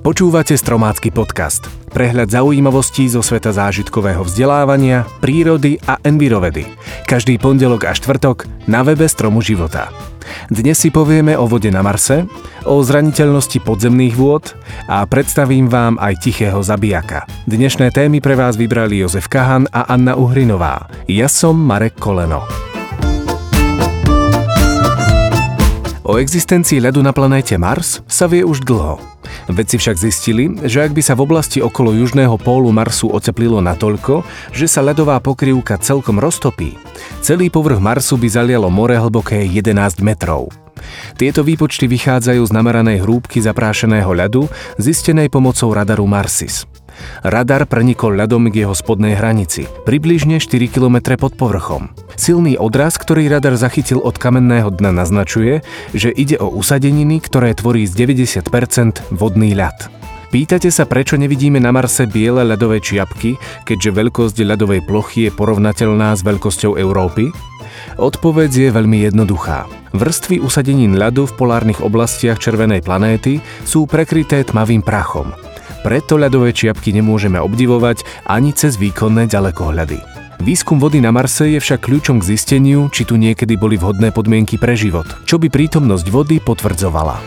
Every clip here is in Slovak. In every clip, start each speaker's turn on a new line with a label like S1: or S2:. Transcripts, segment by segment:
S1: Počúvate Stromácky podcast. Prehľad zaujímavostí zo sveta zážitkového vzdelávania, prírody a envirovedy. Každý pondelok a štvrtok na webe Stromu života. Dnes si povieme o vode na Marse, o zraniteľnosti podzemných vôd a predstavím vám aj tichého zabijaka. Dnešné témy pre vás vybrali Jozef Kahan a Anna Uhrinová. Ja som Marek Koleno. O existencii ľadu na planéte Mars sa vie už dlho. Vedci však zistili, že ak by sa v oblasti okolo južného pólu Marsu oteplilo natoľko, že sa ľadová pokrývka celkom roztopí, celý povrch Marsu by zalialo more hlboké 11 metrov. Tieto výpočty vychádzajú z nameranej hrúbky zaprášeného ľadu, zistenej pomocou radaru Marsis. Radar prenikol ľadom k jeho spodnej hranici, približne 4 km pod povrchom. Silný odraz, ktorý radar zachytil od kamenného dna, naznačuje, že ide o usadeniny, ktoré tvorí z 90% vodný ľad. Pýtate sa, prečo nevidíme na Marse biele ľadové čiapky, keďže veľkosť ľadovej plochy je porovnateľná s veľkosťou Európy? Odpoveď je veľmi jednoduchá. Vrstvy usadenín ľadu v polárnych oblastiach červenej planéty sú prekryté tmavým prachom. Preto ľadové čiapky nemôžeme obdivovať ani cez výkonné ďalekohľady. Výskum vody na Marse je však kľúčom k zisteniu, či tu niekedy boli vhodné podmienky pre život, čo by prítomnosť vody potvrdzovala.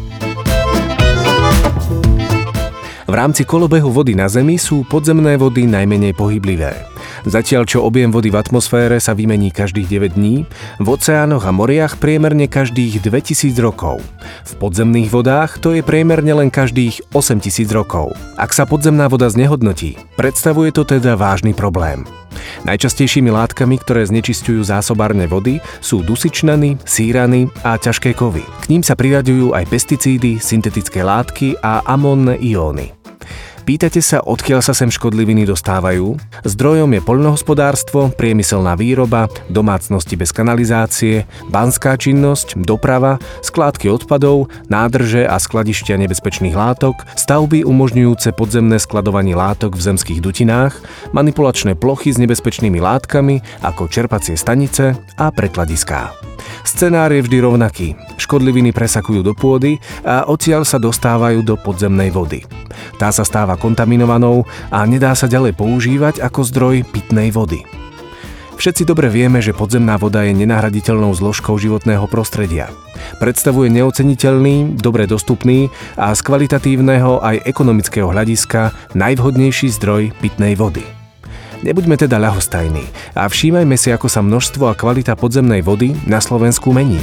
S1: V rámci kolobehu vody na Zemi sú podzemné vody najmenej pohyblivé. Zatiaľ čo objem vody v atmosfére sa vymení každých 9 dní, v oceánoch a moriach priemerne každých 2000 rokov. V podzemných vodách to je priemerne len každých 8000 rokov. Ak sa podzemná voda znehodnotí, predstavuje to teda vážny problém. Najčastejšími látkami, ktoré znečisťujú zásobárne vody, sú dusičnany, sírany a ťažké kovy. K ním sa priraďujú aj pesticídy, syntetické látky a amónne ióny. Pýtate sa, odkiaľ sa sem škodliviny dostávajú? Zdrojom je poľnohospodárstvo, priemyselná výroba, domácnosti bez kanalizácie, banská činnosť, doprava, skládky odpadov, nádrže a skladištia nebezpečných látok, stavby umožňujúce podzemné skladovanie látok v zemských dutinách, manipulačné plochy s nebezpečnými látkami ako čerpacie stanice a prekladiská. Scenár je vždy rovnaký. Škodliviny presakujú do pôdy a odtiaľ sa dostávajú do podzemnej vody. Tá sa stáva kontaminovanou a nedá sa ďalej používať ako zdroj pitnej vody. Všetci dobre vieme, že podzemná voda je nenahraditeľnou zložkou životného prostredia. Predstavuje neoceniteľný, dobre dostupný a z kvalitatívneho aj ekonomického hľadiska najvhodnejší zdroj pitnej vody. Nebuďme teda ľahostajní a všímajme si, ako sa množstvo a kvalita podzemnej vody na Slovensku mení.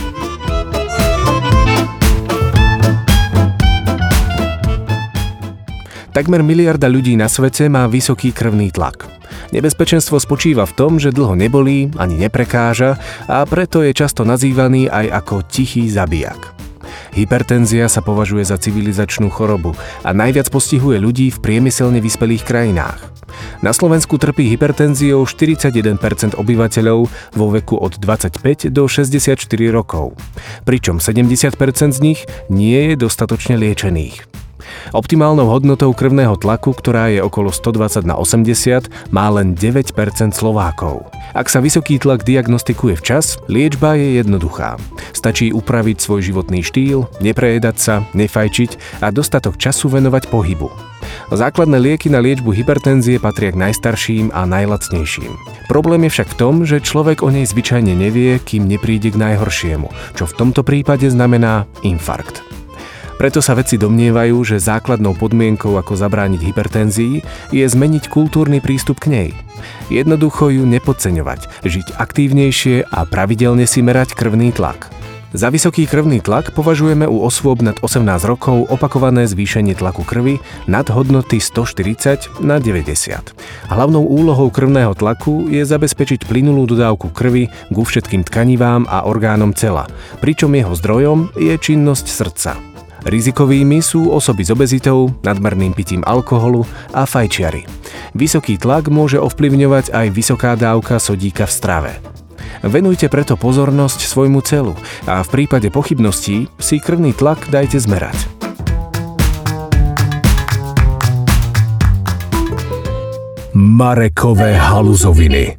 S1: Takmer miliarda ľudí na svete má vysoký krvný tlak. Nebezpečenstvo spočíva v tom, že dlho nebolí ani neprekáža a preto je často nazývaný aj ako tichý zabijak. Hypertenzia sa považuje za civilizačnú chorobu a najviac postihuje ľudí v priemyselne vyspelých krajinách. Na Slovensku trpí hypertenziou 41% obyvateľov vo veku od 25 do 64 rokov, pričom 70% z nich nie je dostatočne liečených. Optimálnou hodnotou krvného tlaku, ktorá je okolo 120/80, má len 9% Slovákov. Ak sa vysoký tlak diagnostikuje včas, liečba je jednoduchá. Stačí upraviť svoj životný štýl, neprejedať sa, nefajčiť a dostatok času venovať pohybu. Základné lieky na liečbu hypertenzie patria k najstarším a najlacnejším. Problém je však v tom, že človek o nej zvyčajne nevie, kým nepríde k najhoršiemu, čo v tomto prípade znamená infarkt. Preto sa vedci domnievajú, že základnou podmienkou, ako zabrániť hypertenzii, je zmeniť kultúrny prístup k nej. Jednoducho ju nepodceňovať, žiť aktívnejšie a pravidelne si merať krvný tlak. Za vysoký krvný tlak považujeme u osôb nad 18 rokov opakované zvýšenie tlaku krvi nad hodnoty 140/90. Hlavnou úlohou krvného tlaku je zabezpečiť plynulú dodávku krvi ku všetkým tkanivám a orgánom tela, pričom jeho zdrojom je činnosť srdca. Rizikovými sú osoby s obezitou, nadmerným pitím alkoholu a fajčiari. Vysoký tlak môže ovplyvňovať aj vysoká dávka sodíka v strave. Venujte preto pozornosť svojmu telu a v prípade pochybností si krvný tlak dajte zmerať. Marekové haluzoviny.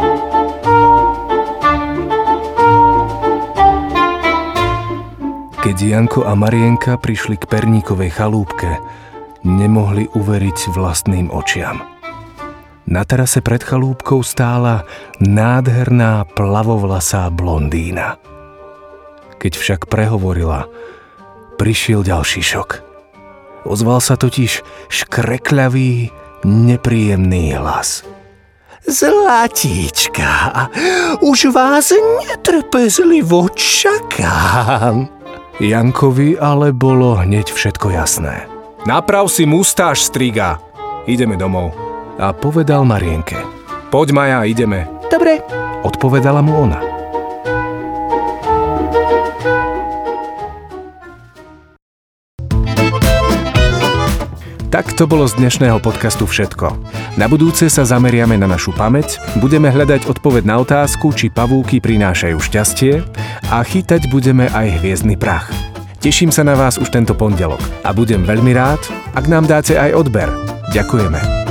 S1: Keď Keď Janko a Marienka prišli k perníkovej chalúbke, nemohli uveriť vlastným očiam. Na terase pred chalúbkou stála nádherná plavovlasá blondína. Keď však prehovorila, prišiel ďalší šok. Ozval sa totiž škrekľavý, nepríjemný hlas. Zlatíčka, už vás netrpezlivo čakám. Jankovi ale bolo hneď všetko jasné. Naprav si mustáž, striga. Ideme domov. A povedal Marienke. Poď, Maja, ideme. Dobre, odpovedala mu ona. Tak to bolo z dnešného podcastu všetko. Na budúce sa zameriame na našu pamäť, budeme hľadať odpoveď na otázku, či pavúky prinášajú šťastie a chytať budeme aj hviezdny prach. Teším sa na vás už tento pondelok a budem veľmi rád, ak nám dáte aj odber. Ďakujeme.